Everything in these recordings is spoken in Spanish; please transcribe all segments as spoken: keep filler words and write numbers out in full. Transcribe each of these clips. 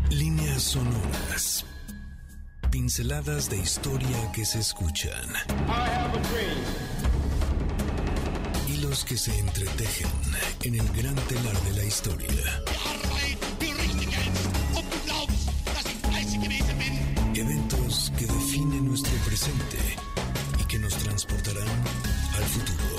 Líneas sonoras. Pinceladas de historia que se escuchan. I have a dream. Hilos que se entretejen en el gran telar de la historia. Eventos que definen nuestro presente y que nos transportarán al futuro.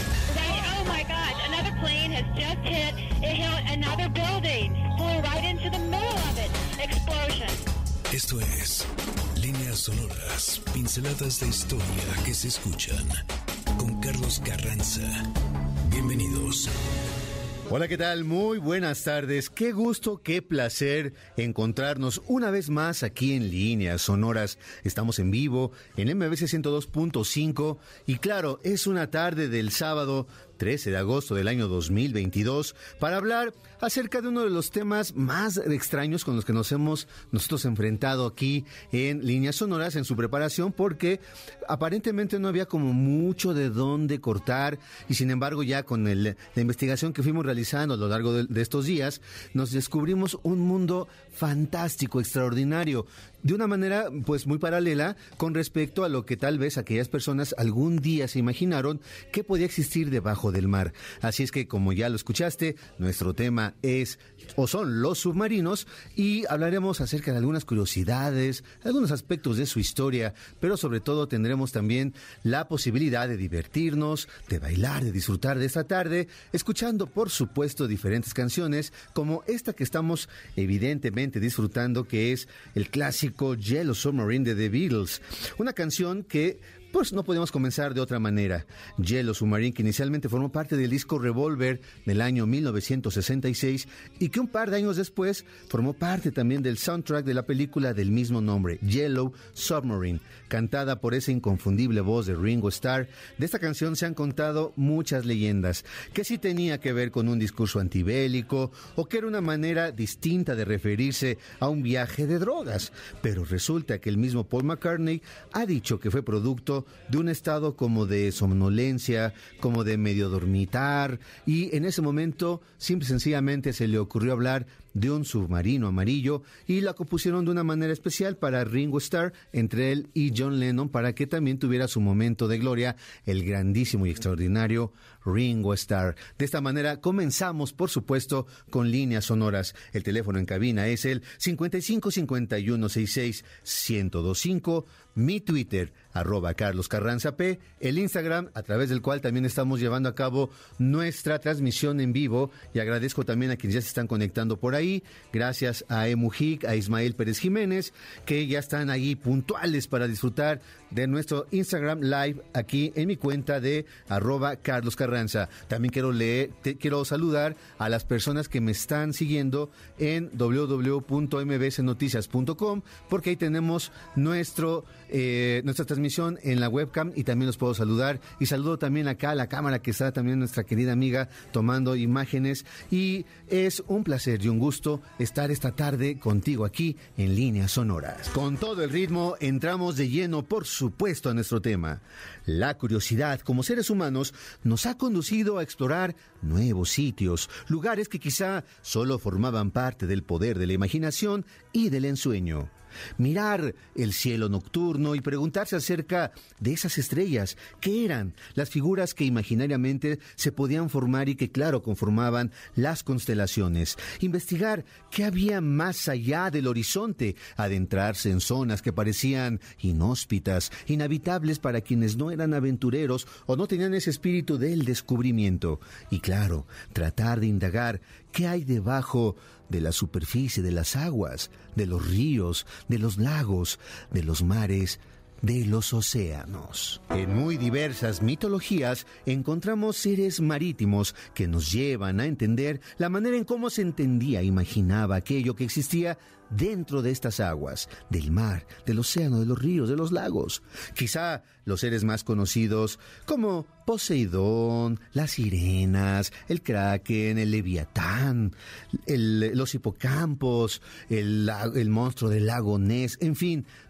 Oh my God, another plane has just hit, it hit another building, flew right into the middle of it. Explosion. Esto es Líneas Sonoras, pinceladas de historia que se escuchan, con Carlos Carranza. Bienvenidos. Hola, ¿qué tal? Muy buenas tardes. Qué gusto, qué placer encontrarnos una vez más aquí en Líneas Sonoras. Estamos en vivo en M B C ciento dos punto cinco y claro, es una tarde del sábado trece de agosto del año dos mil veintidós para hablar acerca de uno de los temas más extraños con los que nos hemos nosotros enfrentado aquí en Líneas Sonoras en su preparación, porque aparentemente no había como mucho de dónde cortar y sin embargo ya con el, la investigación que fuimos realizando a lo largo de, de estos días nos descubrimos un mundo fantástico, extraordinario, de una manera pues muy paralela con respecto a lo que tal vez aquellas personas algún día se imaginaron que podía existir debajo del mar. Así es que, como ya lo escuchaste, nuestro tema es o son los submarinos y hablaremos acerca de algunas curiosidades, algunos aspectos de su historia, pero sobre todo tendremos también la posibilidad de divertirnos, de bailar, de disfrutar de esta tarde, escuchando por supuesto diferentes canciones como esta que estamos evidentemente disfrutando, que es el clásico Yellow Submarine de The Beatles, una canción que pues no podemos comenzar de otra manera. Yellow Submarine, que inicialmente formó parte del disco Revolver del año mil novecientos sesenta y seis y que un par de años después formó parte también del soundtrack de la película del mismo nombre, Yellow Submarine, cantada por esa inconfundible voz de Ringo Starr. De esta canción se han contado muchas leyendas, que sí tenía que ver con un discurso antibélico o que era una manera distinta de referirse a un viaje de drogas, pero resulta que el mismo Paul McCartney ha dicho que fue producto de un estado como de somnolencia, como de medio dormitar, y en ese momento simple y sencillamente se le ocurrió hablar de un submarino amarillo y la compusieron de una manera especial para Ringo Starr, entre él y John Lennon, para que también tuviera su momento de gloria el grandísimo y extraordinario Ringo Starr. De esta manera comenzamos, por supuesto, con Líneas Sonoras. El teléfono en cabina es el cincuenta y cinco cincuenta y uno sesenta y seis ciento veinticinco, mi Twitter, arroba Carlos Carranza P, el Instagram, a través del cual también estamos llevando a cabo nuestra transmisión en vivo, y agradezco también a quienes ya se están conectando por ahí. Gracias a Emujic, a Ismael Pérez Jiménez, que ya están ahí puntuales para disfrutar de nuestro Instagram Live aquí en mi cuenta de arroba Carlos Carranza. También quiero leer, te, quiero saludar a las personas que me están siguiendo en doble u doble u doble u punto m b c noticias punto com, porque ahí tenemos nuestro eh, nuestra transmisión en la webcam y también los puedo saludar. Y saludo también acá a la cámara, que está también nuestra querida amiga tomando imágenes, y es un placer y un gusto estar esta tarde contigo aquí en Líneas Sonoras. Con todo el ritmo entramos de lleno, por supuesto, a nuestro tema. La curiosidad como seres humanos nos ha conducido a explorar nuevos sitios, lugares que quizá solo formaban parte del poder de la imaginación y del ensueño. Mirar el cielo nocturno y preguntarse acerca de esas estrellas, ¿qué eran? Las figuras que imaginariamente se podían formar y que, claro, conformaban las constelaciones. Investigar qué había más allá del horizonte, adentrarse en zonas que parecían inhóspitas, inhabitables para quienes no eran aventureros o no tenían ese espíritu del descubrimiento. Y, claro, tratar de indagar qué hay debajo de la superficie de las aguas, de los ríos, de los lagos, de los mares, de los océanos. En muy diversas mitologías encontramos seres marítimos que nos llevan a entender la manera en cómo se entendía e imaginaba aquello que existía dentro de estas aguas, del mar, del océano, de los ríos, de los lagos. Quizá los seres más conocidos como Poseidón, las sirenas, el kraken, el leviatán, el, los hipocampos, el, el monstruo del lago Ness, en fin,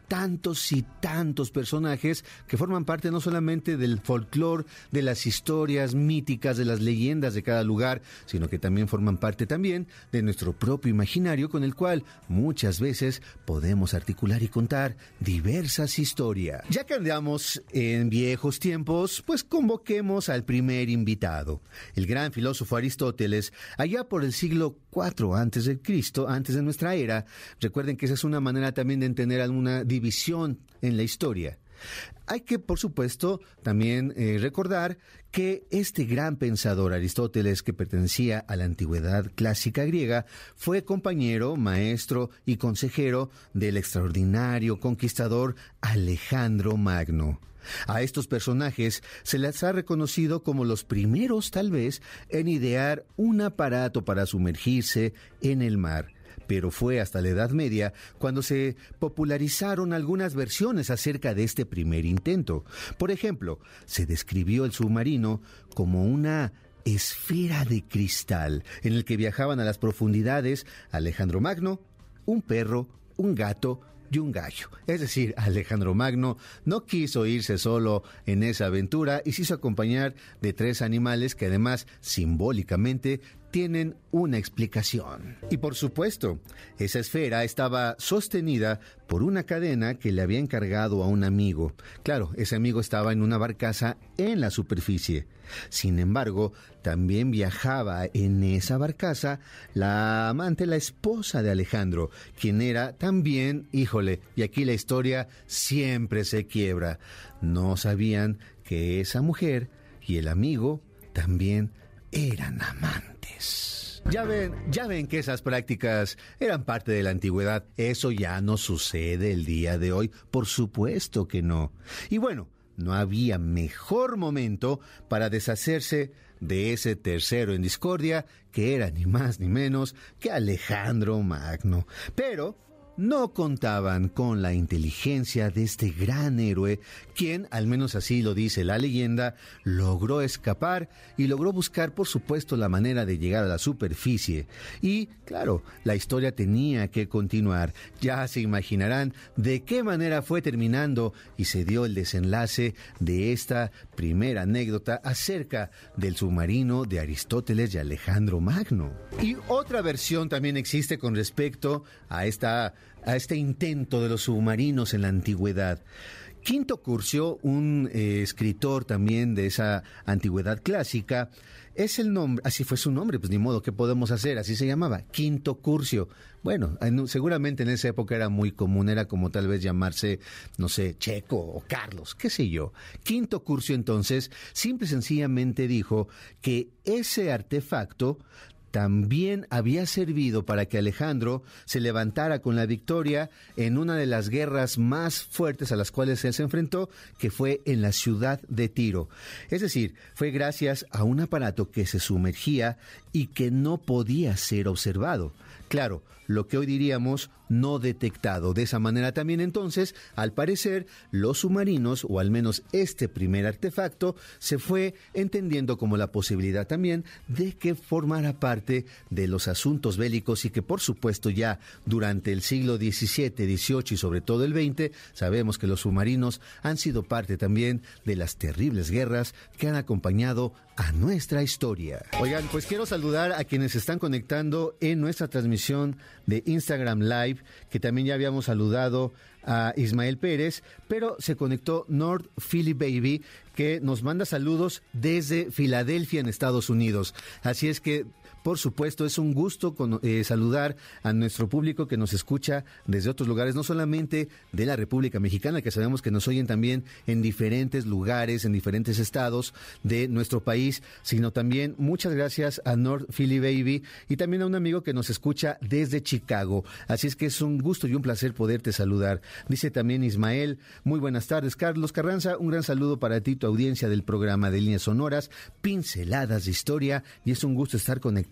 tantos y tantos personajes que forman parte no solamente del folclore, de las historias míticas, de las leyendas de cada lugar, sino que también forman parte también de nuestro propio imaginario, con el cual muchas veces podemos articular y contar diversas historias. Ya que andamos en viejos tiempos, pues convoquemos al primer invitado, el gran filósofo Aristóteles, allá por el siglo cuatro antes de Cristo, antes de nuestra era. Recuerden que esa es una manera también de entender alguna división en la historia. Hay que, por supuesto, también eh, recordar que este gran pensador Aristóteles, que pertenecía a la antigüedad clásica griega, fue compañero, maestro y consejero del extraordinario conquistador Alejandro Magno. A estos personajes se les ha reconocido como los primeros, tal vez, en idear un aparato para sumergirse en el mar. Pero fue hasta la Edad Media cuando se popularizaron algunas versiones acerca de este primer intento. Por ejemplo, se describió el submarino como una esfera de cristal en el que viajaban a las profundidades Alejandro Magno, un perro, un gato y un gallo. Es decir, Alejandro Magno no quiso irse solo en esa aventura y se hizo acompañar de tres animales que además simbólicamente tienen una explicación. Y por supuesto, esa esfera estaba sostenida por una cadena que le había encargado a un amigo. Claro, ese amigo estaba en una barcaza en la superficie. Sin embargo, también viajaba en esa barcaza la amante, la esposa de Alejandro, quien era también, híjole, y aquí la historia siempre se quiebra. No sabían que esa mujer y el amigo también eran amantes. Ya ven, ya ven que esas prácticas eran parte de la antigüedad. Eso ya no sucede el día de hoy, por supuesto que no. Y bueno, no había mejor momento para deshacerse de ese tercero en discordia, que era ni más ni menos que Alejandro Magno. Pero no contaban con la inteligencia de este gran héroe, quien, al menos así lo dice la leyenda, logró escapar y logró buscar, por supuesto, la manera de llegar a la superficie. Y, claro, la historia tenía que continuar. Ya se imaginarán de qué manera fue terminando y se dio el desenlace de esta primera anécdota acerca del submarino de Aristóteles y Alejandro Magno. Y otra versión también existe con respecto a esta a este intento de los submarinos en la antigüedad. Quinto Curcio, un eh, escritor también de esa antigüedad clásica, es el nombre, así fue su nombre, pues ni modo, ¿qué podemos hacer? Así se llamaba, Quinto Curcio. Bueno, en, seguramente en esa época era muy común, era como tal vez llamarse, no sé, Checo o Carlos, qué sé yo. Quinto Curcio entonces, simple y sencillamente dijo que ese artefacto también había servido para que Alejandro se levantara con la victoria en una de las guerras más fuertes a las cuales él se enfrentó, que fue en la ciudad de Tiro. Es decir, fue gracias a un aparato que se sumergía y que no podía ser observado. Claro, lo que hoy diríamos no detectado. De esa manera también entonces, al parecer, los submarinos, o al menos este primer artefacto, se fue entendiendo como la posibilidad también de que formara parte de los asuntos bélicos y que por supuesto ya durante el siglo diecisiete, dieciocho y sobre todo el veinte, sabemos que los submarinos han sido parte también de las terribles guerras que han acompañado a nuestra historia. Oigan, pues quiero saludar a quienes están conectando en nuestra transmisión de Instagram Live, que también ya habíamos saludado a Ismael Pérez, pero se conectó North Philly Baby, que nos manda saludos desde Filadelfia, en Estados Unidos. Así es que, por supuesto, es un gusto con, eh, saludar a nuestro público que nos escucha desde otros lugares, no solamente de la República Mexicana, que sabemos que nos oyen también en diferentes lugares, en diferentes estados de nuestro país, sino también muchas gracias a North Philly Baby y también a un amigo que nos escucha desde Chicago. Así es que es un gusto y un placer poderte saludar. Dice también Ismael, muy buenas tardes, Carlos Carranza, un gran saludo para ti, tu audiencia del programa de Líneas Sonoras, Pinceladas de Historia, y es un gusto estar conectado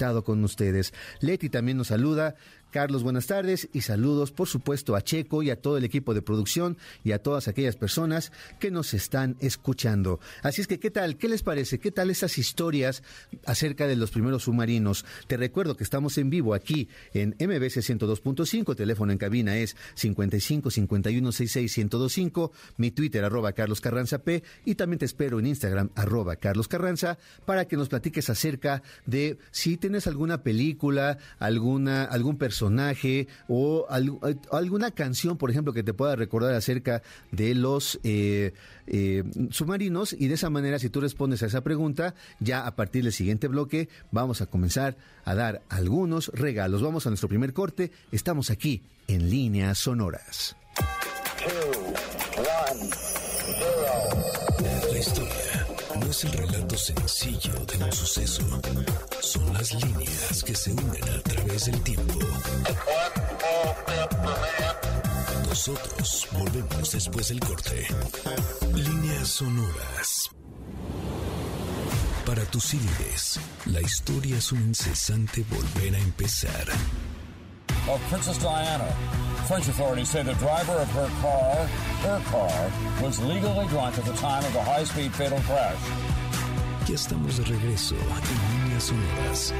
conectado con ustedes. Leti también nos saluda. Carlos, buenas tardes y saludos, por supuesto, a Checo y a todo el equipo de producción y a todas aquellas personas que nos están escuchando. Así es que, ¿qué tal? ¿Qué les parece? ¿Qué tal esas historias acerca de los primeros submarinos? Te recuerdo que estamos en vivo aquí en M B C ciento dos punto cinco, teléfono en cabina es cincuenta y cinco cincuenta y uno sesenta y seis ciento veinticinco, mi Twitter, arroba Carlos Carranza P, y también te espero en Instagram, arroba Carlos Carranza, para que nos platiques acerca de si tienes alguna película, alguna, algún personaje, personaje o al, alguna canción, por ejemplo, que te pueda recordar acerca de los eh, eh, submarinos, y de esa manera, si tú respondes a esa pregunta, ya a partir del siguiente bloque vamos a comenzar a dar algunos regalos. Vamos a nuestro primer corte. Estamos aquí en Líneas Sonoras. La historia no es el relato sencillo de un suceso, son las líneas que se unen a través del tiempo. Nosotros volvemos después del corte. Líneas Sonoras. Para tus líderes, la historia es un incesante volver a empezar. Of Princess Diana. French authorities say the driver of her car, her car, was legally drunk at the time of the high-speed fatal crash. Ya estamos de regreso en Líneas Sonoras.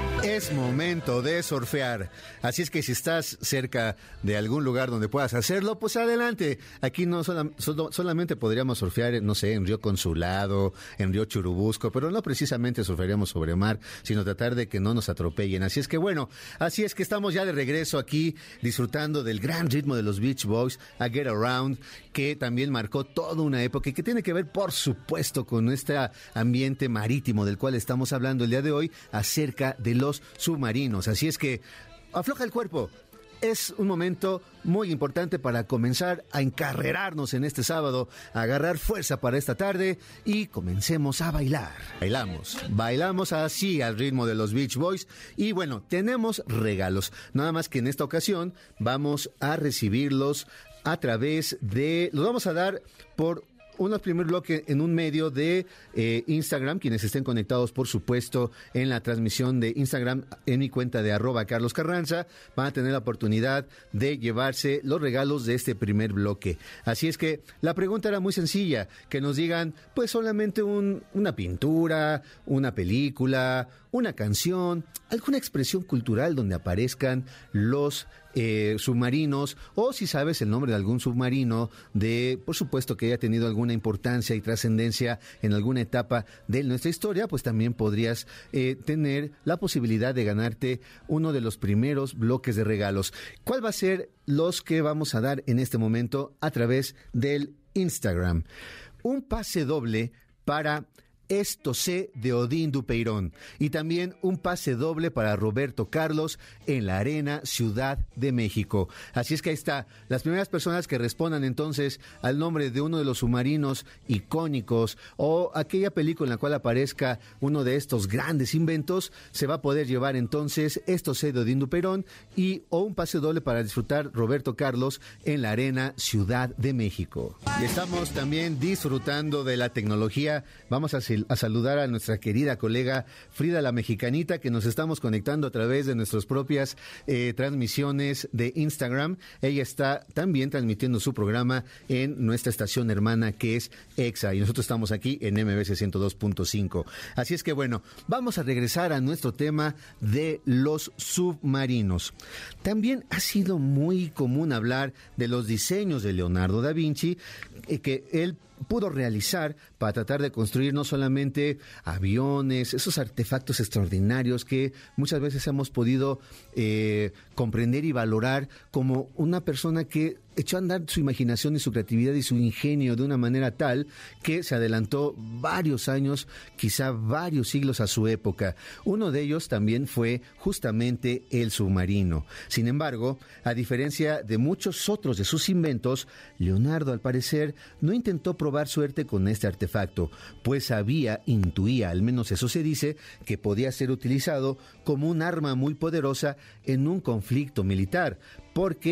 Es momento de surfear, así es que si estás cerca de algún lugar donde puedas hacerlo, pues adelante. Aquí no sola, solo, solamente podríamos surfear, no sé, en Río Consulado, en Río Churubusco, pero no precisamente surfearíamos sobre mar, sino tratar de que no nos atropellen. Así es que bueno, así es que estamos ya de regreso aquí, disfrutando del gran ritmo de los Beach Boys, a Get Around, que también marcó toda una época y que tiene que ver, por supuesto, con este ambiente marítimo del cual estamos hablando el día de hoy, acerca de los submarinos. Así es que afloja el cuerpo. Es un momento muy importante para comenzar a encarrerarnos en este sábado, a agarrar fuerza para esta tarde y comencemos a bailar. Bailamos, bailamos así al ritmo de los Beach Boys y bueno, tenemos regalos. Nada más que en esta ocasión vamos a recibirlos a través de... Los vamos a dar por... un primer bloque en un medio de eh, Instagram. Quienes estén conectados, por supuesto, en la transmisión de Instagram, en mi cuenta de arroba Carlos Carranza, van a tener la oportunidad de llevarse los regalos de este primer bloque. Así es que la pregunta era muy sencilla, que nos digan, pues solamente un, una pintura, una película, una canción, alguna expresión cultural donde aparezcan los eh, submarinos, o si sabes el nombre de algún submarino, de, por supuesto, que haya tenido alguna importancia y trascendencia en alguna etapa de nuestra historia, pues también podrías eh, tener la posibilidad de ganarte uno de los primeros bloques de regalos. ¿Cuál va a ser los que vamos a dar en este momento a través del Instagram? Un pase doble para Esto sé de Odín Dupeirón, y también un pase doble para Roberto Carlos en la Arena Ciudad de México. Así es que ahí está, las primeras personas que respondan entonces al nombre de uno de los submarinos icónicos o aquella película en la cual aparezca uno de estos grandes inventos, se va a poder llevar entonces Esto sé de Odín Dupeirón y o un pase doble para disfrutar Roberto Carlos en la Arena Ciudad de México. Y estamos también disfrutando de la tecnología. Vamos a a saludar a nuestra querida colega Frida la Mexicanita, que nos estamos conectando a través de nuestras propias eh, transmisiones de Instagram. Ella está también transmitiendo su programa en nuestra estación hermana, que es EXA, y nosotros estamos aquí en M B C ciento dos punto cinco. Así es que bueno, vamos a regresar a nuestro tema de los submarinos. También ha sido muy común hablar de los diseños de Leonardo da Vinci, eh, que él pudo realizar para tratar de construir no solamente aviones, esos artefactos extraordinarios que muchas veces hemos podido eh, comprender y valorar como una persona que echó a andar su imaginación y su creatividad y su ingenio de una manera tal que se adelantó varios años, quizá varios siglos a su época. Uno de ellos también fue justamente el submarino. Sin embargo, a diferencia de muchos otros de sus inventos, Leonardo, al parecer, no intentó probar suerte con este artefacto, pues sabía, intuía, al menos eso se dice, que podía ser utilizado como un arma muy poderosa en un conflicto militar, porque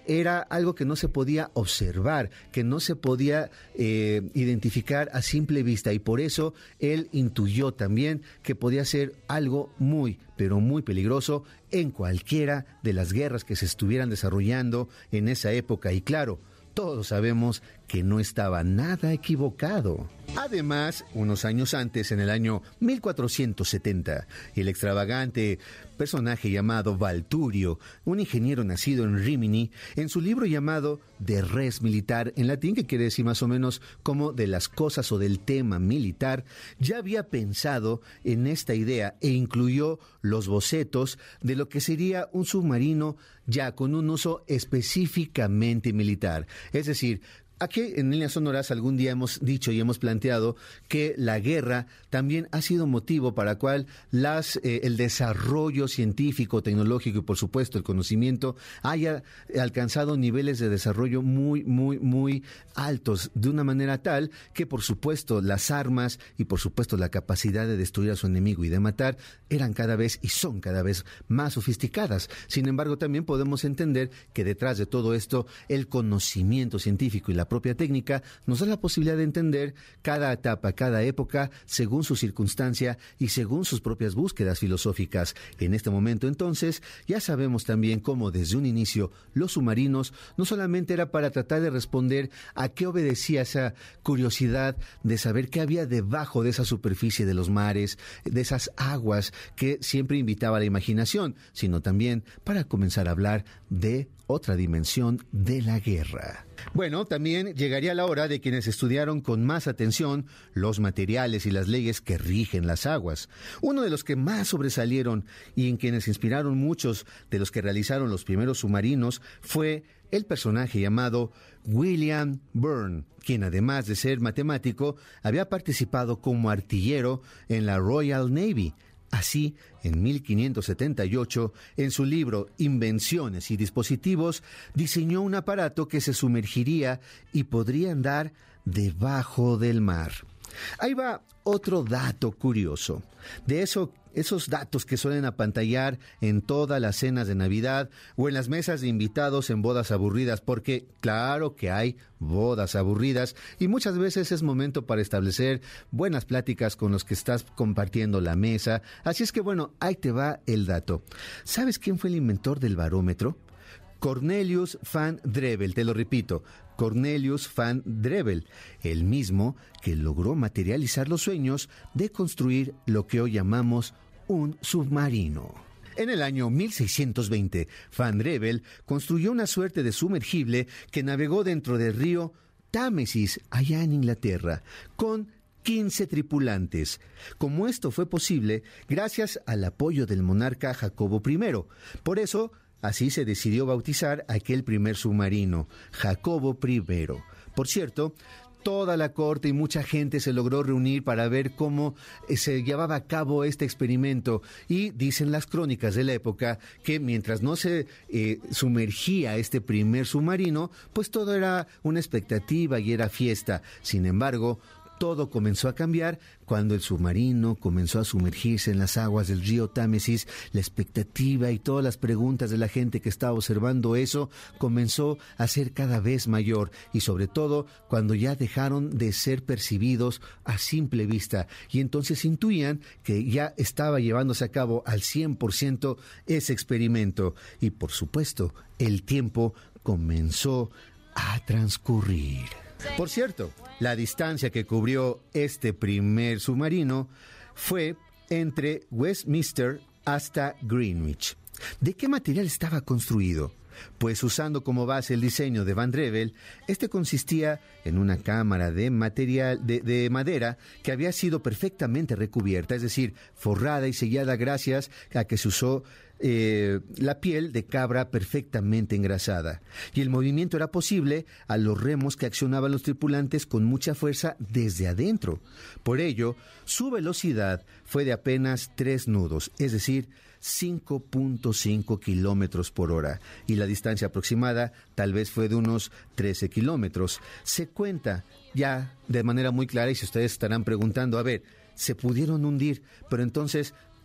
era algo que no se podía observar, que no se podía eh, identificar a simple vista, y por eso él intuyó también que podía ser algo muy, pero muy peligroso en cualquiera de las guerras que se estuvieran desarrollando en esa época. Y claro, todos sabemos que no estaba nada equivocado. Además, unos años antes, en el año mil cuatrocientos setenta, el extravagante personaje llamado Valturio, un ingeniero nacido en Rímini, en su libro llamado De Res Militar, en latín, que quiere decir más o menos como de las cosas o del tema militar, ya había pensado en esta idea e incluyó los bocetos de lo que sería un submarino ya con un uso específicamente militar. Es decir, aquí en Líneas Sonoras algún día hemos dicho y hemos planteado que la guerra también ha sido motivo para cual las, eh, el desarrollo científico, tecnológico y por supuesto el conocimiento haya alcanzado niveles de desarrollo muy, muy, muy altos, de una manera tal que por supuesto las armas y por supuesto la capacidad de destruir a su enemigo y de matar eran cada vez y son cada vez más sofisticadas. Sin embargo, también podemos entender que detrás de todo esto el conocimiento científico y la propia técnica nos da la posibilidad de entender cada etapa, cada época, según su circunstancia y según sus propias búsquedas filosóficas. En este momento, entonces, ya sabemos también cómo desde un inicio los submarinos no solamente era para tratar de responder a qué obedecía esa curiosidad de saber qué había debajo de esa superficie de los mares, de esas aguas que siempre invitaba a la imaginación, sino también para comenzar a hablar de otra dimensión de la guerra. Bueno, también llegaría la hora de quienes estudiaron con más atención los materiales y las leyes que rigen las aguas. Uno de los que más sobresalieron y en quienes inspiraron muchos de los que realizaron los primeros submarinos fue el personaje llamado William Byrne, quien además de ser matemático, había participado como artillero en la Royal Navy. Así, en mil quinientos setenta y ocho, en su libro Invenciones y Dispositivos, diseñó un aparato que se sumergiría y podría andar debajo del mar. Ahí va otro dato curioso. De eso, esos datos que suelen apantallar en todas las cenas de Navidad o en las mesas de invitados en bodas aburridas, porque claro que hay bodas aburridas y muchas veces es momento para establecer buenas pláticas con los que estás compartiendo la mesa. Así es que bueno, ahí te va el dato. ¿Sabes quién fue el inventor del barómetro? Cornelius van Drebbel, te lo repito, Cornelius van Drebbel, el mismo que logró materializar los sueños de construir lo que hoy llamamos un submarino. En el año mil seiscientos veinte, Van Drebbel construyó una suerte de sumergible que navegó dentro del río Támesis, allá en Inglaterra, con quince tripulantes. Como esto fue posible gracias al apoyo del monarca Jacobo primero. Por eso, así se decidió bautizar aquel primer submarino, Jacobo primero. Por cierto, toda la corte y mucha gente se logró reunir para ver cómo se llevaba a cabo este experimento. Y dicen las crónicas de la época que mientras no se eh, sumergía este primer submarino, pues todo era una expectativa y era fiesta. Sin embargo, todo comenzó a cambiar cuando el submarino comenzó a sumergirse en las aguas del río Támesis. La expectativa y todas las preguntas de la gente que estaba observando eso comenzó a ser cada vez mayor, y sobre todo cuando ya dejaron de ser percibidos a simple vista y entonces intuían que ya estaba llevándose a cabo al cien por ciento ese experimento. Y por supuesto, el tiempo comenzó a transcurrir. Por cierto, la distancia que cubrió este primer submarino fue entre Westminster hasta Greenwich. ¿De qué material estaba construido? Pues usando como base el diseño de Van Drebbel, este consistía en una cámara de material de, de madera que había sido perfectamente recubierta, es decir, forrada y sellada gracias a que se usó Eh, la piel de cabra perfectamente engrasada, y el movimiento era posible a los remos que accionaban los tripulantes con mucha fuerza desde adentro. Por ello, su velocidad fue de apenas tres nudos, es decir, cinco punto cinco kilómetros por hora, y la distancia aproximada tal vez fue de unos trece kilómetros. Se cuenta ya de manera muy clara, y si ustedes estarán preguntando, a ver, se pudieron hundir, pero entonces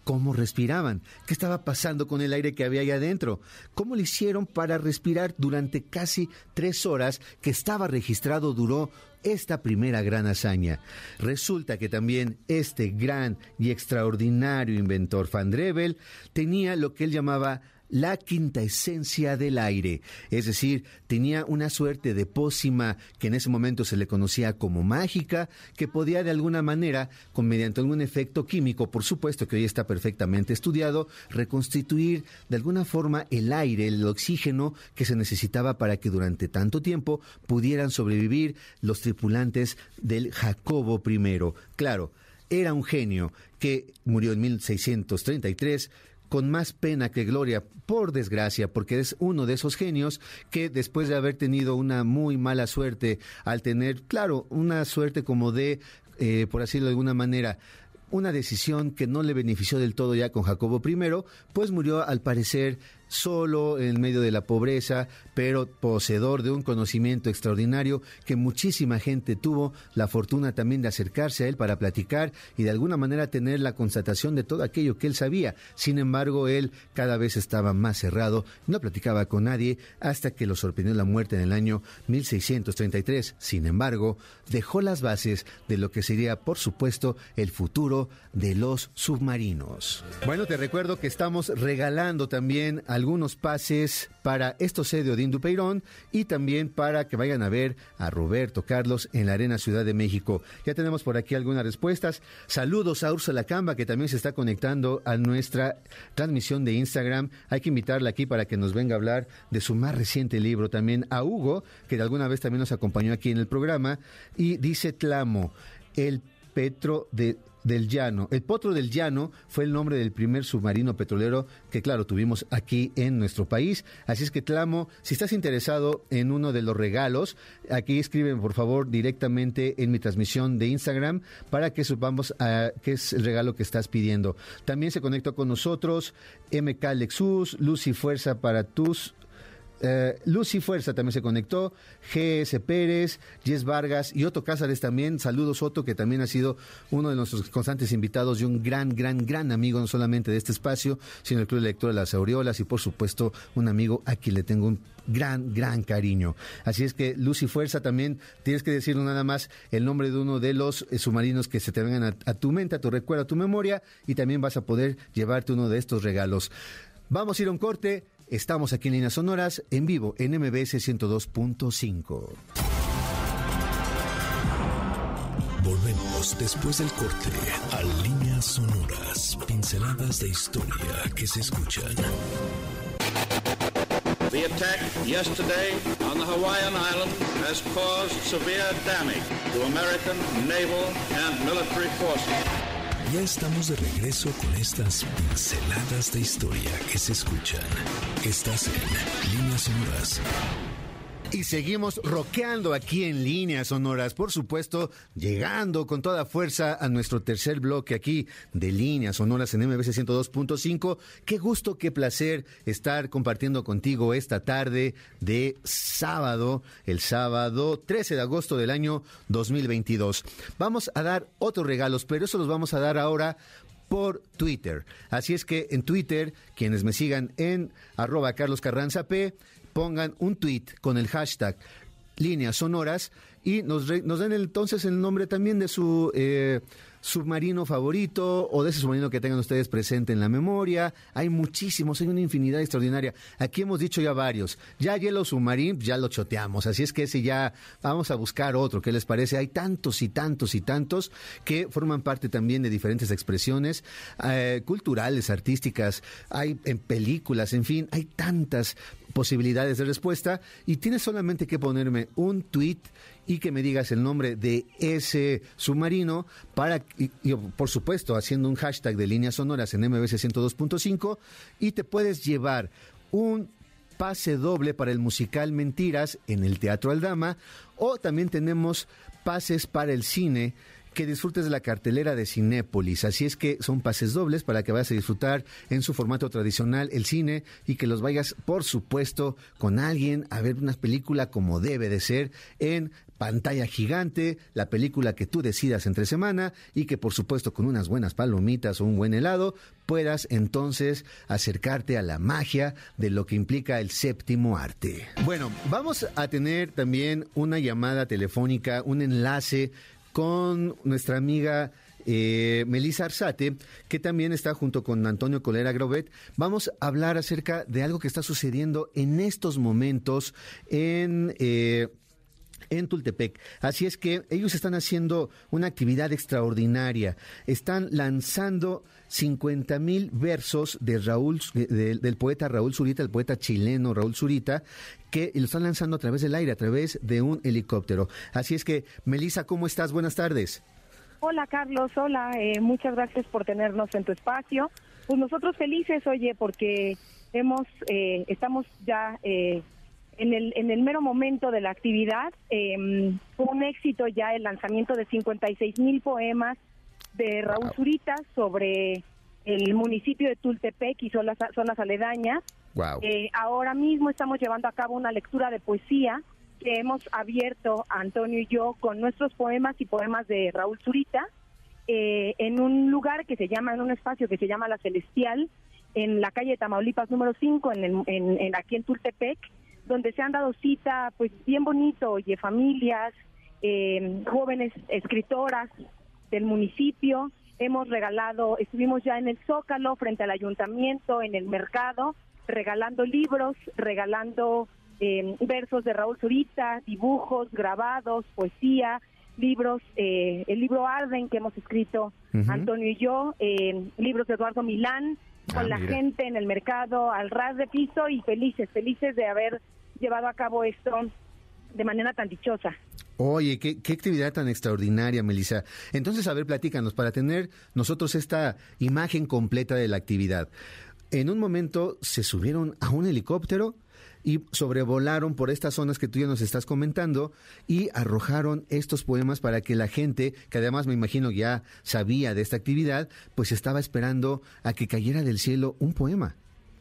cómo respiraban, qué estaba pasando con el aire que había ahí adentro, cómo lo hicieron para respirar durante casi tres horas que estaba registrado, duró esta primera gran hazaña. Resulta que también este gran y extraordinario inventor Van Drevel tenía lo que él llamaba la quinta esencia del aire, es decir, tenía una suerte de pócima que en ese momento se le conocía como mágica, que podía de alguna manera, con mediante algún efecto químico, por supuesto que hoy está perfectamente estudiado, reconstituir de alguna forma el aire, el oxígeno que se necesitaba para que durante tanto tiempo pudieran sobrevivir los tripulantes del Jacobo primero. Claro, era un genio que murió en mil seiscientos treinta y tres, con más pena que gloria, por desgracia, porque es uno de esos genios que después de haber tenido una muy mala suerte, al tener, claro, una suerte como de, eh, por decirlo de alguna manera, una decisión que no le benefició del todo ya con Jacobo primero, pues murió al parecer solo en medio de la pobreza, pero poseedor de un conocimiento extraordinario que muchísima gente tuvo la fortuna también de acercarse a él para platicar y de alguna manera tener la constatación de todo aquello que él sabía. Sin embargo, él cada vez estaba más cerrado, no platicaba con nadie hasta que lo sorprendió la muerte en el año mil seiscientos treinta y tres. Sin embargo, dejó las bases de lo que sería, por supuesto, el futuro de los submarinos. Bueno, te recuerdo que estamos regalando también algunos pases para estos C de Odín Dupeirón y también para que vayan a ver a Roberto Carlos en la Arena Ciudad de México. Ya tenemos por aquí algunas respuestas. Saludos a Úrsula Camba, que también se está conectando a nuestra transmisión de Instagram. Hay que invitarla aquí para que nos venga a hablar de su más reciente libro. También a Hugo, que de alguna vez también nos acompañó aquí en el programa. Y dice Tlamo, el Petro de... del Llano. El Potro del Llano fue el nombre del primer submarino petrolero que, claro, tuvimos aquí en nuestro país. Así es que, Tlamo, si estás interesado en uno de los regalos, aquí escriben, por favor, directamente en mi transmisión de Instagram para que supamos uh, qué es el regalo que estás pidiendo. También se conectó con nosotros M K Lexus, Luz y Fuerza para tus... Uh, Lucy Fuerza también se conectó, G S Pérez, Jess Vargas y Otto Cázares también. Saludos, Otto, que también ha sido uno de nuestros constantes invitados y un gran, gran, gran amigo, no solamente de este espacio, sino del Club de Lectura de las Aureolas y, por supuesto, un amigo a quien le tengo un gran, gran cariño. Así es que, Lucy Fuerza, también tienes que decirnos nada más el nombre de uno de los eh, submarinos que se te vengan a, a tu mente, a tu recuerdo, a tu memoria, y también vas a poder llevarte uno de estos regalos. Vamos a ir a un corte. Estamos aquí en Líneas Sonoras, en vivo, en M B S ciento dos punto cinco. Volvemos después del corte a Líneas Sonoras, pinceladas de historia que se escuchan. The attack yesterday on the Hawaiian Islands has caused severe damage to American naval and military forces. Ya estamos de regreso con estas pinceladas de historia que se escuchan. Estás en Líneas Sonoras. Y seguimos rockeando aquí en Líneas Sonoras, por supuesto, llegando con toda fuerza a nuestro tercer bloque aquí de Líneas Sonoras en M B S ciento dos punto cinco. Qué gusto, qué placer estar compartiendo contigo esta tarde de sábado, el sábado trece de agosto del año dos mil veintidós. Vamos a dar otros regalos, pero eso los vamos a dar ahora por Twitter. Así es que en Twitter, quienes me sigan en arroba Carlos Carranza P, pongan un tweet con el hashtag Líneas Sonoras y nos, re, nos den el, entonces el nombre también de su eh, submarino favorito o de ese submarino que tengan ustedes presente en la memoria. Hay muchísimos, hay una infinidad extraordinaria. Aquí hemos dicho ya varios. Ya Yellow Submarine, ya lo choteamos, así es que ese ya vamos a buscar otro. ¿Qué les parece? Hay tantos y tantos y tantos que forman parte también de diferentes expresiones eh, culturales, artísticas, hay en películas, en fin, hay tantas posibilidades de respuesta y tienes solamente que ponerme un tweet y que me digas el nombre de ese submarino para, y, y por supuesto haciendo un hashtag de Líneas Sonoras en M B S ciento dos punto cinco y te puedes llevar un pase doble para el musical Mentiras en el Teatro Aldama, o también tenemos pases para el cine que disfrutes de la cartelera de Cinépolis. Así es que son pases dobles para que vayas a disfrutar en su formato tradicional el cine y que los vayas, por supuesto, con alguien a ver una película como debe de ser en pantalla gigante, la película que tú decidas entre semana y que por supuesto con unas buenas palomitas o un buen helado puedas entonces acercarte a la magia de lo que implica el séptimo arte. Bueno, vamos a tener también una llamada telefónica, un enlace con nuestra amiga Eh, Melissa Arzate, que también está junto con Antonio Colera Grobet. Vamos a hablar acerca de algo que está sucediendo en estos momentos en... Eh, en Tultepec. Así es que ellos están haciendo una actividad extraordinaria. Están lanzando cincuenta mil versos de Raúl, de, del poeta Raúl Zurita, el poeta chileno Raúl Zurita, que lo están lanzando a través del aire, a través de un helicóptero. Así es que, Melissa, ¿cómo estás? Buenas tardes. Hola, Carlos. Hola. Eh, muchas gracias por tenernos en tu espacio. Pues nosotros felices, oye, porque hemos, eh, estamos ya... Eh, En el, en el mero momento de la actividad. Eh, fue un éxito ya el lanzamiento de cincuenta y seis mil poemas de Raúl wow. Zurita sobre el municipio de Tultepec y zonas, zonas aledañas. Wow. Eh, ahora mismo estamos llevando a cabo una lectura de poesía que hemos abierto Antonio y yo con nuestros poemas y poemas de Raúl Zurita eh, en un lugar que se llama, en un espacio que se llama La Celestial, en la calle Tamaulipas número cinco, en, el, en, en aquí en Tultepec, donde se han dado cita, pues bien bonito, oye, familias, eh, jóvenes escritoras del municipio. Hemos regalado, estuvimos ya en el Zócalo, frente al ayuntamiento, en el mercado, regalando libros, regalando eh, versos de Raúl Zurita, dibujos, grabados, poesía, libros, eh, el libro Arden que hemos escrito uh-huh. Antonio y yo, eh, libros de Eduardo Milán, con ah, la mira. gente en el mercado al ras de piso y felices, felices de haber llevado a cabo esto de manera tan dichosa. Oye, qué, qué actividad tan extraordinaria, Melissa. Entonces, a ver, platícanos, para tener nosotros esta imagen completa de la actividad. En un momento se subieron a un helicóptero y sobrevolaron por estas zonas que tú ya nos estás comentando y arrojaron estos poemas para que la gente, que además me imagino ya sabía de esta actividad, pues estaba esperando a que cayera del cielo un poema.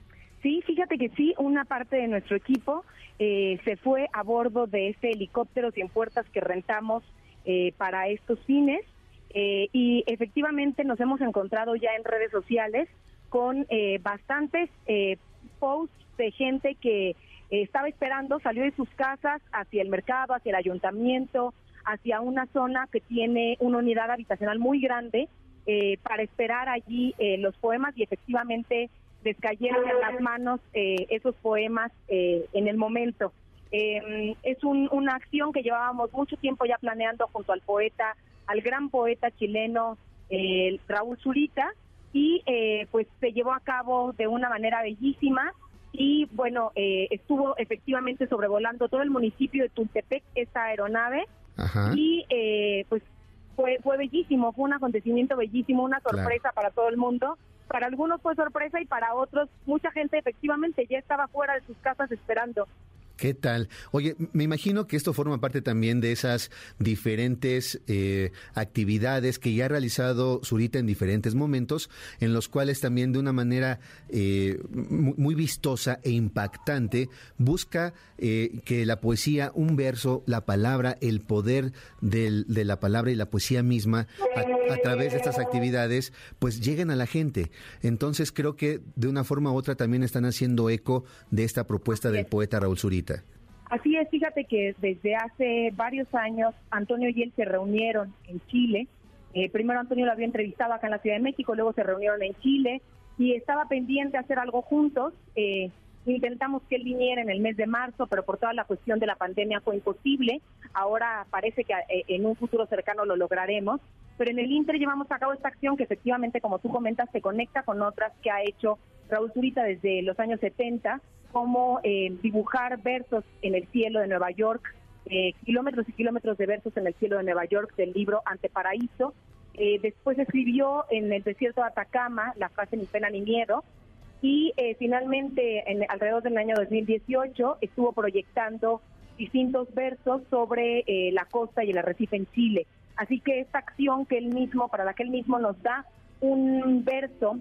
Sí, fíjate que sí, una parte de nuestro equipo eh, se fue a bordo de este helicóptero cien puertas que rentamos eh, para estos fines eh, y efectivamente nos hemos encontrado ya en redes sociales con eh, bastantes eh, posts de gente que eh, estaba esperando, salió de sus casas hacia el mercado, hacia el ayuntamiento, hacia una zona que tiene una unidad habitacional muy grande eh, para esperar allí eh, los poemas y efectivamente les cayeron en las manos eh, esos poemas eh, en el momento. Eh, es un, una acción que llevábamos mucho tiempo ya planeando junto al poeta, al gran poeta chileno eh, Raúl Zurita, y eh, pues se llevó a cabo de una manera bellísima y bueno, eh, estuvo efectivamente sobrevolando todo el municipio de Tultepec esta aeronave. Ajá. Y eh, pues fue, fue bellísimo, fue un acontecimiento bellísimo, una sorpresa claro. para todo el mundo. Para algunos fue sorpresa y para otros mucha gente efectivamente ya estaba fuera de sus casas esperando. ¿Qué tal? Oye, me imagino que esto forma parte también de esas diferentes eh, actividades que ya ha realizado Zurita en diferentes momentos, en los cuales también de una manera eh, muy vistosa e impactante busca eh, que la poesía, un verso, la palabra, el poder del, de la palabra y la poesía misma, a, a través de estas actividades, pues lleguen a la gente. Entonces creo que de una forma u otra también están haciendo eco de esta propuesta del poeta Raúl Zurita. Así es, fíjate que desde hace varios años Antonio y él se reunieron en Chile. Eh, primero Antonio lo había entrevistado acá en la Ciudad de México, luego se reunieron en Chile y estaba pendiente de hacer algo juntos. Eh, intentamos que él viniera en el mes de marzo, pero por toda la cuestión de la pandemia fue imposible. Ahora parece que eh, en un futuro cercano lo lograremos. Pero en el Inter llevamos a cabo esta acción que efectivamente, como tú comentas, se conecta con otras que ha hecho Raúl Zurita desde los años setenta, como eh, dibujar versos en el cielo de Nueva York, eh, kilómetros y kilómetros de versos en el cielo de Nueva York del libro Anteparaíso. Eh, después escribió en el desierto de Atacama la frase Ni pena ni miedo. Y eh, finalmente, en, alrededor del año dos mil dieciocho, estuvo proyectando distintos versos sobre eh, la costa y el arrecife en Chile. Así que esta acción que él mismo, para la que él mismo nos da un verso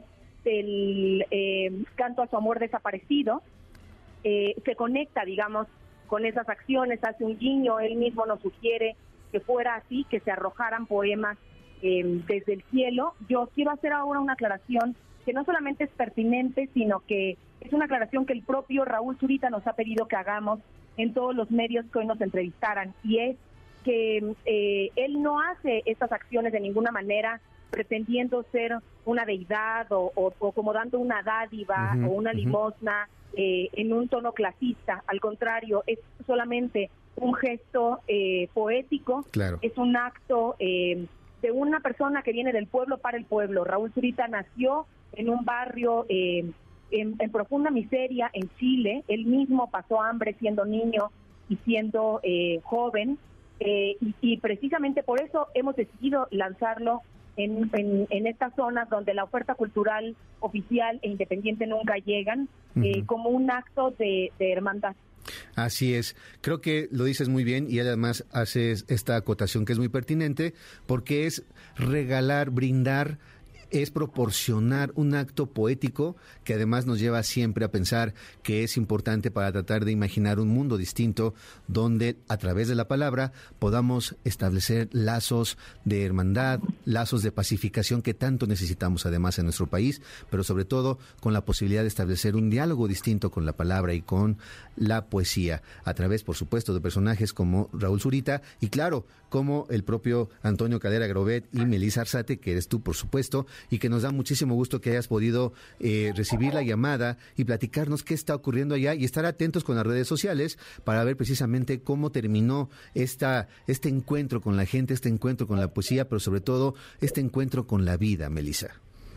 del eh, canto a su amor desaparecido, eh, se conecta, digamos, con esas acciones, hace un guiño, él mismo nos sugiere que fuera así, que se arrojaran poemas eh, desde el cielo. Yo quiero hacer ahora una aclaración que no solamente es pertinente, sino que es una aclaración que el propio Raúl Zurita nos ha pedido que hagamos en todos los medios que hoy nos entrevistaran, y es que eh, él no hace estas acciones de ninguna manera pretendiendo ser una deidad o, o, o como dando una dádiva uh-huh, o una limosna uh-huh. eh, en un tono clasista. Al contrario, es solamente un gesto eh, poético, claro. Es un acto eh, de una persona que viene del pueblo para el pueblo. Raúl Zurita nació en un barrio eh, en, en profunda miseria en Chile. Él mismo pasó hambre siendo niño y siendo eh, joven, eh, y, y precisamente por eso hemos decidido lanzarlo en, en, en estas zonas donde la oferta cultural oficial e independiente nunca llegan, uh-huh. eh, como un acto de, de hermandad. Así es, creo que lo dices muy bien y además haces esta acotación que es muy pertinente, porque es regalar, brindar, es proporcionar un acto poético que además nos lleva siempre a pensar que es importante para tratar de imaginar un mundo distinto donde a través de la palabra podamos establecer lazos de hermandad, lazos de pacificación que tanto necesitamos además en nuestro país, pero sobre todo con la posibilidad de establecer un diálogo distinto con la palabra y con la poesía, a través, por supuesto, de personajes como Raúl Zurita y claro, como el propio Antonio Calera Grobet y Melissa Arzate, que eres tú, por supuesto, y que nos da muchísimo gusto que hayas podido eh, recibir la llamada y platicarnos qué está ocurriendo allá y estar atentos con las redes sociales para ver precisamente cómo terminó esta, este encuentro con la gente, este encuentro con la poesía, pero sobre todo este encuentro con la vida, Melissa.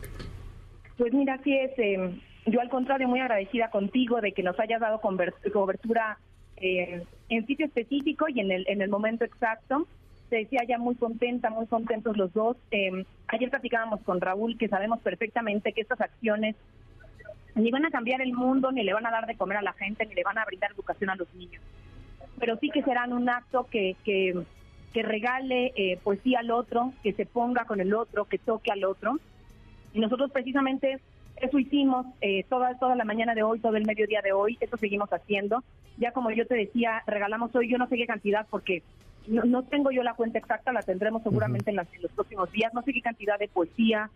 Pues mira, así es. Eh, yo al contrario, muy agradecida contigo de que nos hayas dado cobertura eh, en sitio específico y en el, en el momento exacto. Te decía ya muy contenta, muy contentos los dos. Eh, ayer platicábamos con Raúl que sabemos perfectamente que estas acciones ni van a cambiar el mundo, ni le van a dar de comer a la gente, ni le van a brindar educación a los niños. Pero sí que serán un acto que, que, que regale eh, poesía al otro, que se ponga con el otro, que toque al otro. Y nosotros precisamente eso hicimos eh, toda, toda la mañana de hoy, todo el mediodía de hoy, eso seguimos haciendo. Ya como yo te decía, regalamos hoy, yo no sé qué cantidad porque no, no tengo yo la cuenta exacta, la tendremos seguramente uh-huh. en, las, en los próximos días, no sé qué cantidad de poesía,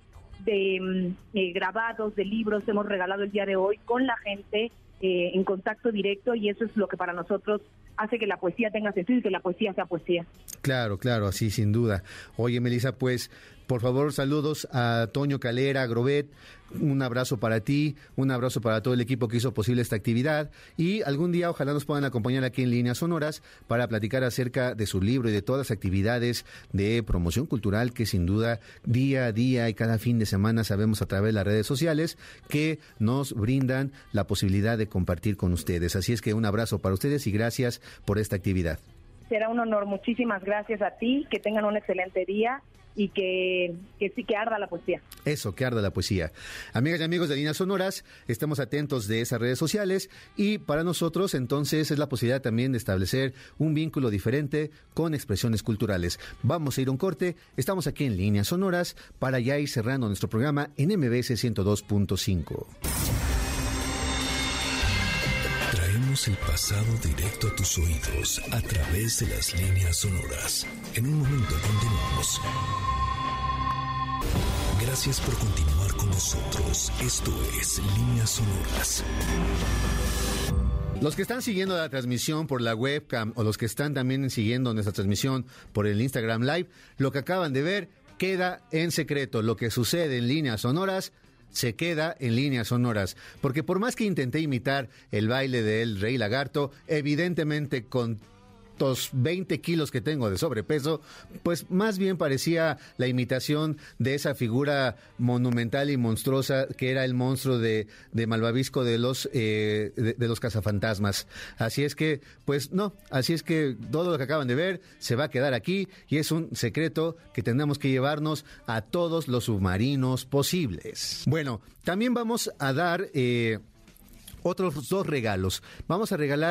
de eh, grabados, de libros hemos regalado el día de hoy con la gente eh, en contacto directo, y eso es lo que para nosotros hace que la poesía tenga sentido y que la poesía sea poesía. Claro, claro, así sin duda. Oye, Melissa, pues, por favor, saludos a Toño Calera, Grobet, un abrazo para ti, un abrazo para todo el equipo que hizo posible esta actividad, y algún día ojalá nos puedan acompañar aquí en Líneas Sonoras para platicar acerca de su libro y de todas las actividades de promoción cultural que sin duda día a día y cada fin de semana sabemos a través de las redes sociales que nos brindan la posibilidad de compartir con ustedes. Así es que un abrazo para ustedes y gracias por esta actividad. Será un honor, muchísimas gracias a ti, que tengan un excelente día y que, que sí que arda la poesía. Eso, que arda la poesía. Amigas y amigos de Líneas Sonoras, estemos atentos de esas redes sociales y para nosotros entonces es la posibilidad también de establecer un vínculo diferente con expresiones culturales. Vamos a ir a un corte, estamos aquí en Líneas Sonoras para ya ir cerrando nuestro programa en M B S ciento dos punto cinco. Traemos el pasado directo a tus oídos a través de las líneas sonoras. En un momento continuamos. Gracias por continuar con nosotros. Esto es Líneas Sonoras. Los que están siguiendo la transmisión por la webcam o los que están también siguiendo nuestra transmisión por el Instagram Live, lo que acaban de ver queda en secreto. Lo que sucede en Líneas Sonoras se queda en Líneas Sonoras, porque por más que intenté imitar el baile del Rey Lagarto, evidentemente con los veinte kilos que tengo de sobrepeso, pues más bien parecía la imitación de esa figura monumental y monstruosa que era el monstruo de, de Malvavisco de los eh, de, de los cazafantasmas. Así es que, pues no, así es que todo lo que acaban de ver se va a quedar aquí y es un secreto que tendremos que llevarnos a todos los submarinos posibles. Bueno, también vamos a dar eh, otros dos regalos. Vamos a regalar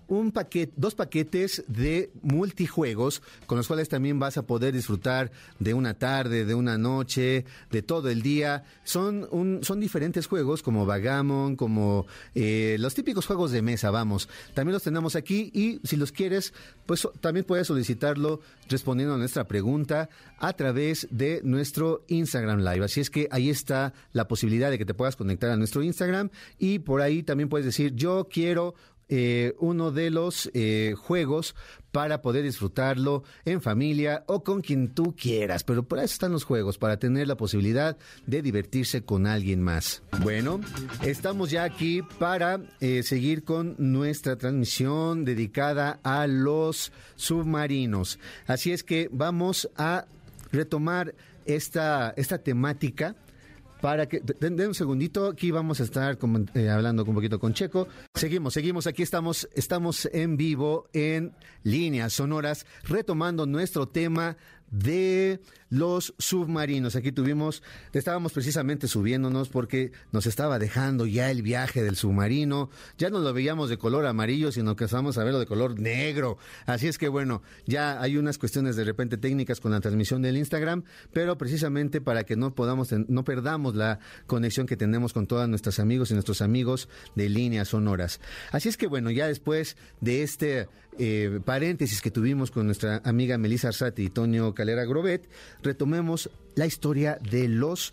un paquete, dos paquetes de multijuegos con los cuales también vas a poder disfrutar de una tarde, de una noche, de todo el día. Son un, son diferentes juegos como Vagamon, como eh, los típicos juegos de mesa, vamos. También los tenemos aquí y si los quieres, pues también puedes solicitarlo respondiendo a nuestra pregunta a través de nuestro Instagram Live. Así es que ahí está la posibilidad de que te puedas conectar a nuestro Instagram y por ahí también puedes decir, yo quiero eh, uno de los eh, juegos para poder disfrutarlo en familia o con quien tú quieras, pero por eso están los juegos, para tener la posibilidad de divertirse con alguien más. Bueno, estamos ya aquí para eh, seguir con nuestra transmisión dedicada a los submarinos. Así es que vamos a retomar esta, esta temática. Para que, den, den un segundito, aquí vamos a estar como, eh, hablando un poquito con Checo. Seguimos, seguimos, aquí estamos, estamos en vivo en Líneas Sonoras, retomando nuestro tema de los submarinos. Aquí tuvimos, estábamos precisamente subiéndonos porque nos estaba dejando ya el viaje del submarino. Ya no lo veíamos de color amarillo, sino que estábamos a verlo de color negro. Así es que bueno, ya hay unas cuestiones de repente técnicas con la transmisión del Instagram, pero precisamente para que no podamos, no perdamos la conexión que tenemos con todos nuestros amigos y nuestros amigos de Líneas Sonoras. Así es que bueno, ya después de este eh, paréntesis que tuvimos con nuestra amiga Melissa Arzate y Toño Calera Grobet, retomemos la historia de los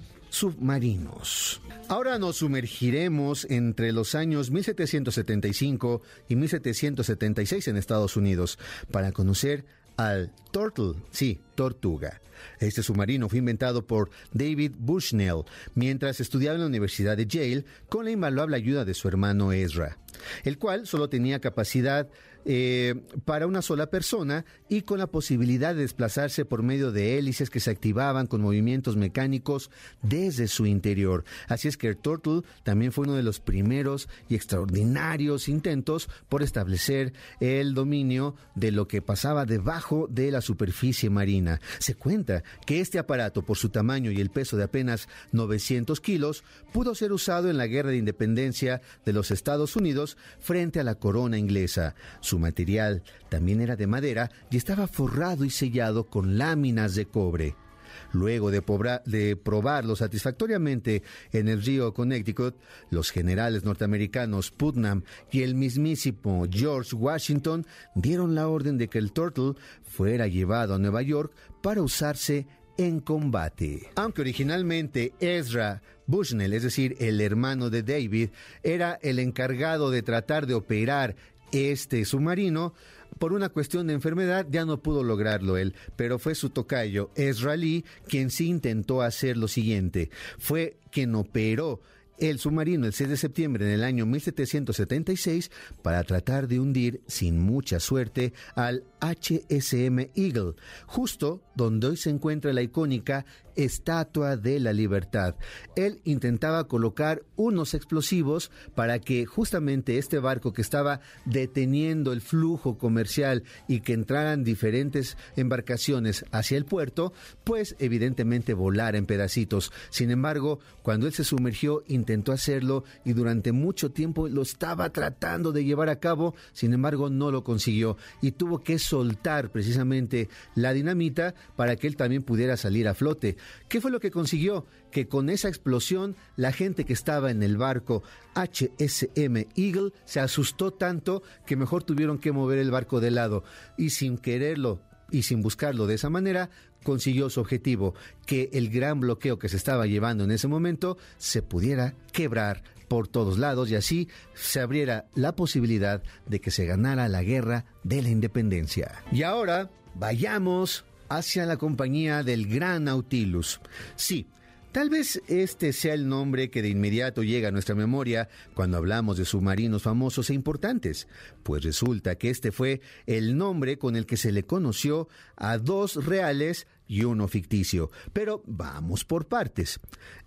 submarinos. Ahora nos sumergiremos entre los años mil setecientos setenta y cinco y mil setecientos setenta y seis en Estados Unidos para conocer al Turtle, sí, Tortuga. Este submarino fue inventado por David Bushnell mientras estudiaba en la Universidad de Yale con la invaluable ayuda de su hermano Ezra, el cual solo tenía capacidad eh, para una sola persona y con la posibilidad de desplazarse por medio de hélices que se activaban con movimientos mecánicos desde su interior. Así es que el Turtle también fue uno de los primeros y extraordinarios intentos por establecer el dominio de lo que pasaba debajo de la superficie marina. Se cuenta que este aparato, por su tamaño y el peso de apenas novecientos kilos, pudo ser usado en la Guerra de Independencia de los Estados Unidos frente a la corona inglesa. Su material también era de madera y estaba forrado y sellado con láminas de cobre. Luego de, pobra, de probarlo satisfactoriamente en el río Connecticut, los generales norteamericanos Putnam y el mismísimo George Washington dieron la orden de que el Turtle fuera llevado a Nueva York para usarse en combate. Aunque originalmente Ezra Bushnell, es decir, el hermano de David, era el encargado de tratar de operar este submarino, por una cuestión de enfermedad ya no pudo lograrlo él, pero fue su tocayo Ezra Lee quien sí intentó hacer lo siguiente. Fue quien operó el submarino el seis de septiembre del año mil setecientos setenta y seis para tratar de hundir sin mucha suerte al H S M Eagle, justo donde hoy se encuentra la icónica Estatua de la Libertad. Él intentaba colocar unos explosivos para que justamente este barco que estaba deteniendo el flujo comercial y que entraran diferentes embarcaciones hacia el puerto, pues evidentemente volara en pedacitos. Sin embargo, cuando él se sumergió, intentó hacerlo y durante mucho tiempo lo estaba tratando de llevar a cabo, sin embargo no lo consiguió y tuvo que soltar precisamente la dinamita para que él también pudiera salir a flote. ¿Qué fue lo que consiguió? Que con esa explosión la gente que estaba en el barco H S M Eagle se asustó tanto que mejor tuvieron que mover el barco de lado y sin quererlo y sin buscarlo de esa manera consiguió su objetivo, que el gran bloqueo que se estaba llevando en ese momento se pudiera quebrar por todos lados y así se abriera la posibilidad de que se ganara la guerra de la independencia. Y ahora vayamos hacia la compañía del Gran Nautilus. Sí, tal vez este sea el nombre que de inmediato llega a nuestra memoria cuando hablamos de submarinos famosos e importantes, pues resulta que este fue el nombre con el que se le conoció a dos reales y uno ficticio. Pero vamos por partes.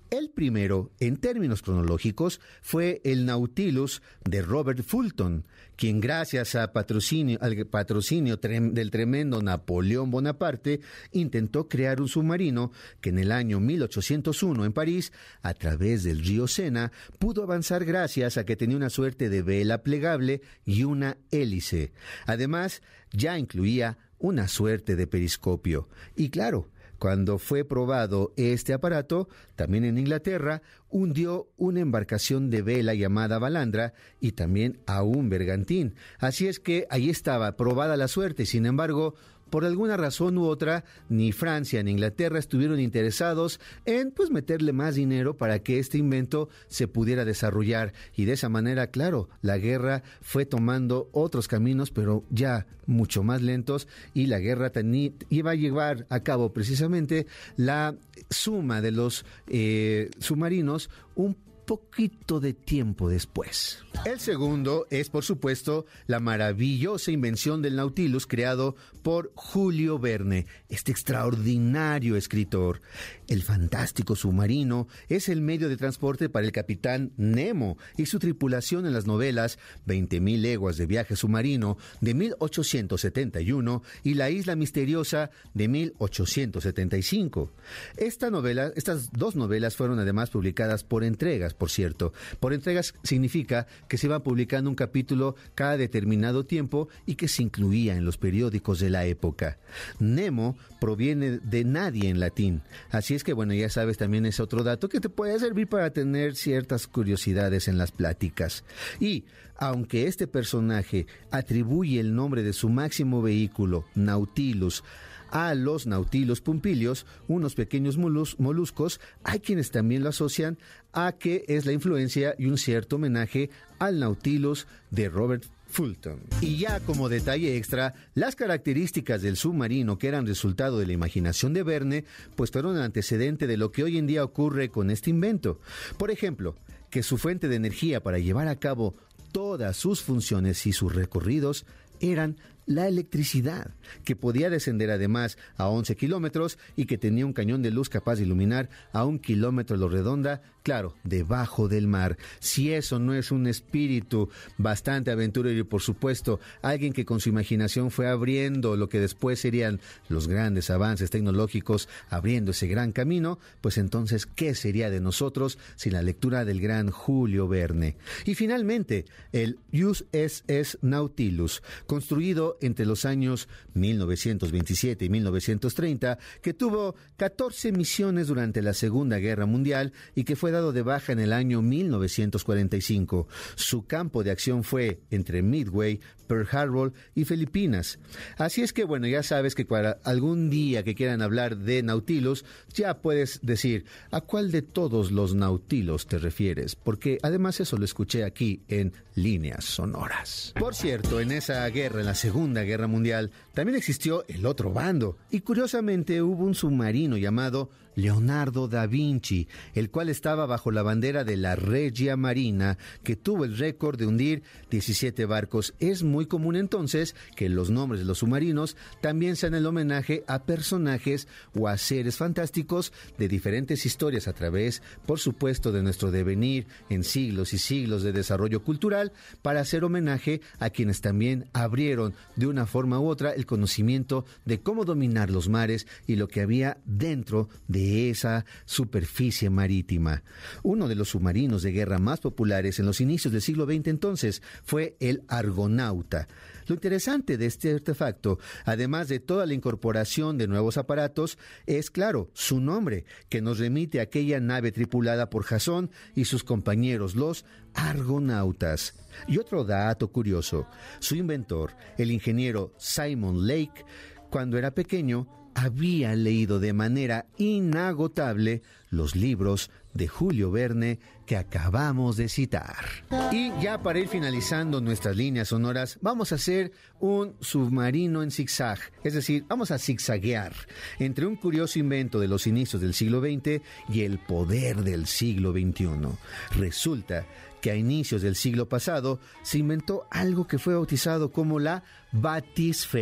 El primero, en términos cronológicos, fue el Nautilus de Robert Fulton, quien gracias a patrocinio, al patrocinio trem, del tremendo Napoleón Bonaparte, intentó crear un submarino que en el año mil ochocientos uno en París, a través del río Sena, pudo avanzar gracias a que tenía una suerte de vela plegable y una hélice. Además, ya incluía una suerte de periscopio. Y claro, cuando fue probado este aparato, también en Inglaterra, hundió una embarcación de vela llamada balandra y también a un bergantín. Así es que ahí estaba, probada la suerte. Sin embargo, por alguna razón u otra, ni Francia ni Inglaterra estuvieron interesados en pues meterle más dinero para que este invento se pudiera desarrollar. Y de esa manera, claro, la guerra fue tomando otros caminos, pero ya mucho más lentos, y la guerra tení, iba a llevar a cabo precisamente la suma de los eh, submarinos un poquito de tiempo después. El segundo es, por supuesto, la maravillosa invención del Nautilus creado por Julio Verne, este extraordinario escritor. El fantástico submarino es el medio de transporte para el capitán Nemo y su tripulación en las novelas veinte mil leguas de viaje submarino de mil ochocientos setenta y uno y La isla misteriosa de mil ochocientos setenta y cinco. Esta novela, estas dos novelas fueron además publicadas por entregas, por cierto. Por entregas significa que se iba publicando un capítulo cada determinado tiempo y que se incluía en los periódicos de la época. Nemo proviene de nadie en latín, así es que bueno, ya sabes, también es otro dato que te puede servir para tener ciertas curiosidades en las pláticas. Y aunque este personaje atribuye el nombre de su máximo vehículo, Nautilus, a los Nautilus pumpilios, unos pequeños molus- moluscos, hay quienes también lo asocian a que es la influencia y un cierto homenaje al Nautilus de Robert Fulton. Y ya como detalle extra, las características del submarino que eran resultado de la imaginación de Verne, pues fueron el antecedente de lo que hoy en día ocurre con este invento. Por ejemplo, que su fuente de energía para llevar a cabo todas sus funciones y sus recorridos eran la electricidad, que podía descender además a once kilómetros y que tenía un cañón de luz capaz de iluminar a un kilómetro a lo redonda, claro, debajo del mar. Si eso no es un espíritu bastante aventurero y, por supuesto, alguien que con su imaginación fue abriendo lo que después serían los grandes avances tecnológicos, abriendo ese gran camino, pues entonces, ¿qué sería de nosotros sin la lectura del gran Julio Verne? Y finalmente, el U S S Nautilus, construido entre los años mil novecientos veintisiete y mil novecientos treinta, que tuvo catorce misiones durante la Segunda Guerra Mundial y que fue dado de baja en el año mil novecientos cuarenta y cinco. Su campo de acción fue entre Midway, Pearl Harbor y Filipinas. Así es que, bueno, ya sabes que para algún día que quieran hablar de Nautilus, ya puedes decir a cuál de todos los Nautilus te refieres, porque además eso lo escuché aquí en Líneas Sonoras. Por cierto, en esa guerra, en la Segunda Guerra Mundial, también existió el otro bando, y curiosamente hubo un submarino llamado Leonardo da Vinci, el cual estaba bajo la bandera de la Regia Marina, que tuvo el récord de hundir diecisiete barcos. Es muy común entonces que los nombres de los submarinos también sean el homenaje a personajes o a seres fantásticos de diferentes historias a través, por supuesto, de nuestro devenir en siglos y siglos de desarrollo cultural, para hacer homenaje a quienes también abrieron de una forma u otra el conocimiento de cómo dominar los mares y lo que había dentro de esa superficie marítima. Uno de los submarinos de guerra más populares en los inicios del siglo veinte entonces fue el Argonauta. Lo interesante de este artefacto, además de toda la incorporación de nuevos aparatos, es, claro, su nombre, que nos remite a aquella nave tripulada por Jasón y sus compañeros, los argonautas. Y otro dato curioso, su inventor, el ingeniero Simon Lake, cuando era pequeño, había leído de manera inagotable los libros de Julio Verne que acabamos de citar. Y ya para ir finalizando nuestras líneas sonoras, vamos a hacer un submarino en zigzag, es decir, vamos a zigzaguear entre un curioso invento de los inicios del siglo veinte y el poder del siglo veintiuno. Resulta que a inicios del siglo pasado se inventó algo que fue bautizado como la batisfera.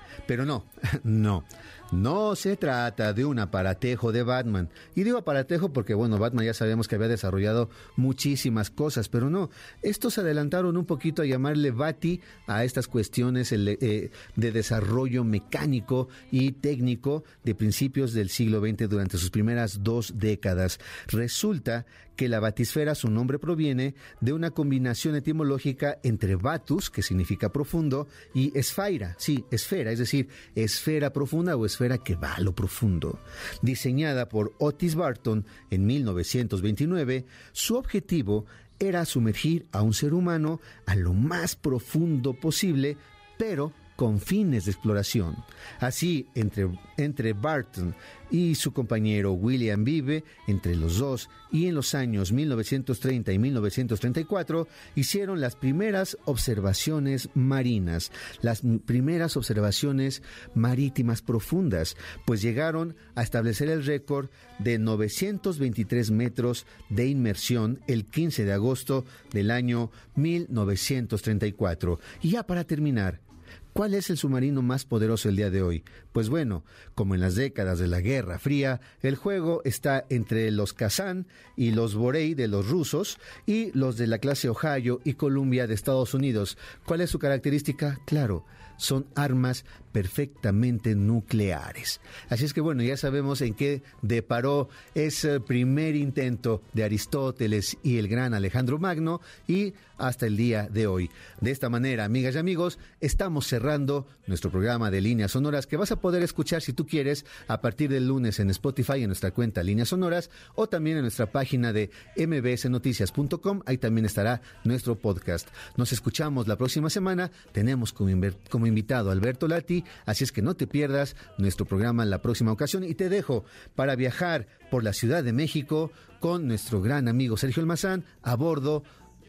Pero no, no. No se trata de un aparatejo de Batman. Y digo aparatejo porque, bueno, Batman ya sabemos que había desarrollado muchísimas cosas, pero no. Estos se adelantaron un poquito a llamarle Bati a estas cuestiones eh, de desarrollo mecánico y técnico de principios del siglo veinte durante sus primeras dos décadas. Resulta que la batisfera, su nombre proviene de una combinación etimológica entre batus, que significa profundo, y esfaira, sí, esfera, es decir, esfera profunda o esfera que va a lo profundo. Diseñada por Otis Barton en mil novecientos veintinueve, su objetivo era sumergir a un ser humano a lo más profundo posible, pero con fines de exploración. Así, entre, entre Barton y su compañero William Beebe, entre los dos, y en los años mil novecientos treinta y mil novecientos treinta y cuatro, hicieron las primeras observaciones marinas, las primeras observaciones marítimas profundas, pues llegaron a establecer el récord de novecientos veintitrés metros de inmersión el quince de agosto del año mil novecientos treinta y cuatro. Y ya para terminar, ¿cuál es el submarino más poderoso el día de hoy? Pues bueno, como en las décadas de la Guerra Fría, el juego está entre los Kazan y los Borei de los rusos y los de la clase Ohio y Columbia de Estados Unidos. ¿Cuál es su característica? Claro, son armas perfectamente nucleares. Así es que bueno, ya sabemos en qué deparó ese primer intento de Aristóteles y el gran Alejandro Magno y hasta el día de hoy. De esta manera, amigas y amigos, estamos cerrando nuestro programa de Líneas Sonoras que vas a poder escuchar si tú quieres a partir del lunes en Spotify en nuestra cuenta Líneas Sonoras o también en nuestra página de m b s noticias punto com. Ahí también estará nuestro podcast. Nos escuchamos la próxima semana. Tenemos como, inver- como invitado a Alberto Lati. Así es que no te pierdas nuestro programa en la próxima ocasión y te dejo para viajar por la Ciudad de México con nuestro gran amigo Sergio Almazán a bordo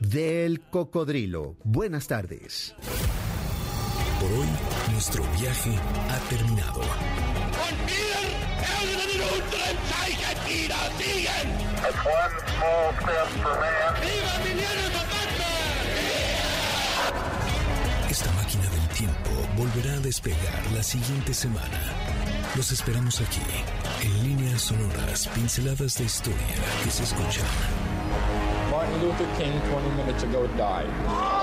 del Cocodrilo. Buenas tardes. Por hoy, nuestro viaje ha terminado. Esta máquina del tiempo volverá a despegar la siguiente semana. Los esperamos aquí, en Líneas Sonoras, pinceladas de historia que se escuchan. Martin Luther King twenty minutes ago died.